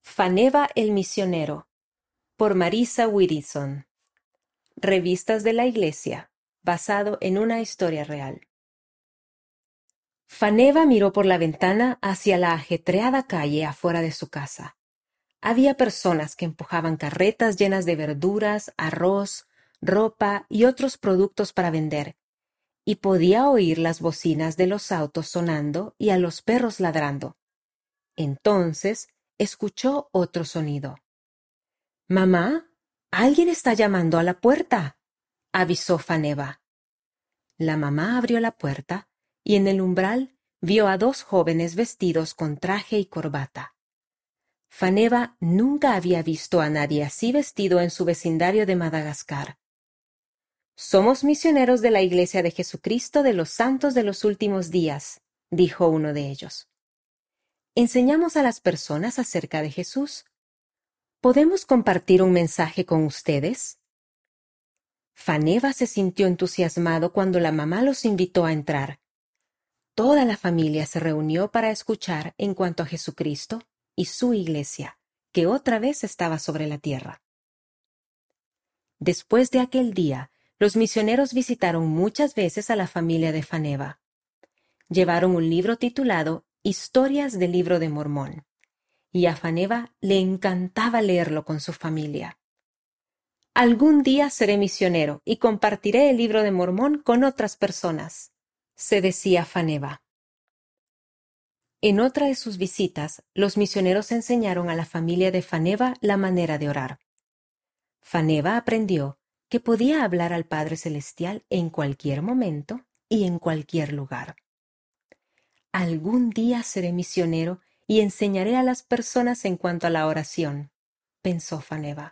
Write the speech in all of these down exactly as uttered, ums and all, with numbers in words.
Faneva el misionero, por Marisa Whittinson. Revistas de la Iglesia, basado en una historia real. Faneva miró por la ventana hacia la ajetreada calle afuera de su casa. Había personas que empujaban carretas llenas de verduras, arroz, ropa y otros productos para vender, y podía oír las bocinas de los autos sonando y a los perros ladrando. Entonces escuchó otro sonido. «Mamá, alguien está llamando a la puerta», avisó Faneva. La mamá abrió la puerta y en el umbral vio a dos jóvenes vestidos con traje y corbata. Faneva nunca había visto a nadie así vestido en su vecindario de Madagascar. «Somos misioneros de la Iglesia de Jesucristo de los Santos de los Últimos Días», dijo uno de ellos. «Enseñamos a las personas acerca de Jesús. ¿Podemos compartir un mensaje con ustedes?» Faneva se sintió entusiasmado cuando la mamá los invitó a entrar. Toda la familia se reunió para escuchar en cuanto a Jesucristo y su iglesia, que otra vez estaba sobre la tierra. Después de aquel día, los misioneros visitaron muchas veces a la familia de Faneva. Llevaron un libro titulado Historias del Libro de Mormón, y a Faneva le encantaba leerlo con su familia. «Algún día seré misionero y compartiré el libro de Mormón con otras personas», se decía Faneva. En otra de sus visitas, los misioneros enseñaron a la familia de Faneva la manera de orar. Faneva aprendió que podía hablar al Padre Celestial en cualquier momento y en cualquier lugar. «Algún día seré misionero y enseñaré a las personas en cuanto a la oración», pensó Faneva.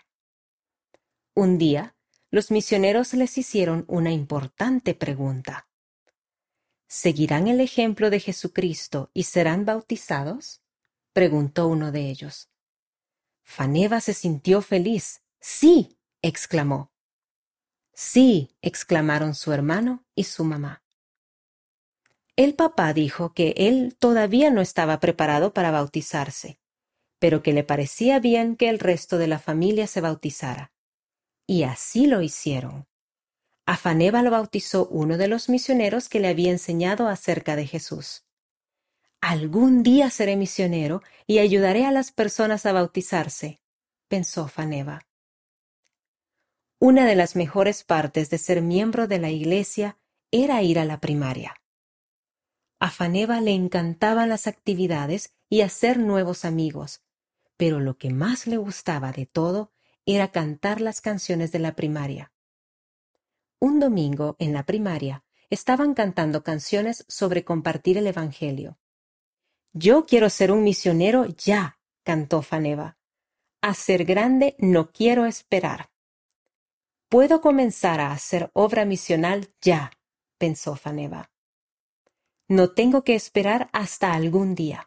Un día, los misioneros les hicieron una importante pregunta. «¿Seguirán el ejemplo de Jesucristo y serán bautizados?», preguntó uno de ellos. Faneva se sintió feliz. «¡Sí!», exclamó. «Sí», exclamaron su hermano y su mamá. El papá dijo que él todavía no estaba preparado para bautizarse, pero que le parecía bien que el resto de la familia se bautizara. Y así lo hicieron. A Faneva lo bautizó uno de los misioneros que le había enseñado acerca de Jesús. «Algún día seré misionero y ayudaré a las personas a bautizarse», pensó Faneva. Una de las mejores partes de ser miembro de la iglesia era ir a la primaria. A Faneva le encantaban las actividades y hacer nuevos amigos, pero lo que más le gustaba de todo era cantar las canciones de la primaria. Un domingo, en la primaria, estaban cantando canciones sobre compartir el Evangelio. «Yo quiero ser un misionero ya», cantó Faneva. «A ser grande no quiero esperar». «Puedo comenzar a hacer obra misional ya», pensó Faneva. «No tengo que esperar hasta algún día».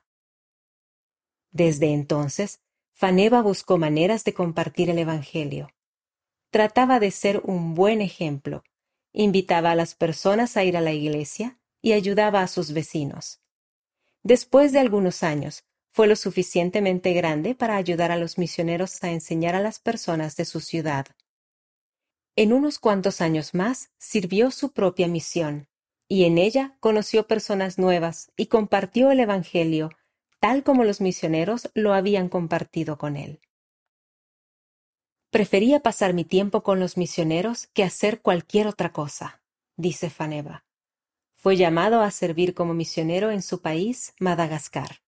Desde entonces, Faneva buscó maneras de compartir el Evangelio. Trataba de ser un buen ejemplo, invitaba a las personas a ir a la iglesia y ayudaba a sus vecinos. Después de algunos años, fue lo suficientemente grande para ayudar a los misioneros a enseñar a las personas de su ciudad. En unos cuantos años más, sirvió su propia misión, y en ella conoció personas nuevas y compartió el Evangelio, tal como los misioneros lo habían compartido con él. «Prefería pasar mi tiempo con los misioneros que hacer cualquier otra cosa», dice Faneva. Fue llamado a servir como misionero en su país, Madagascar.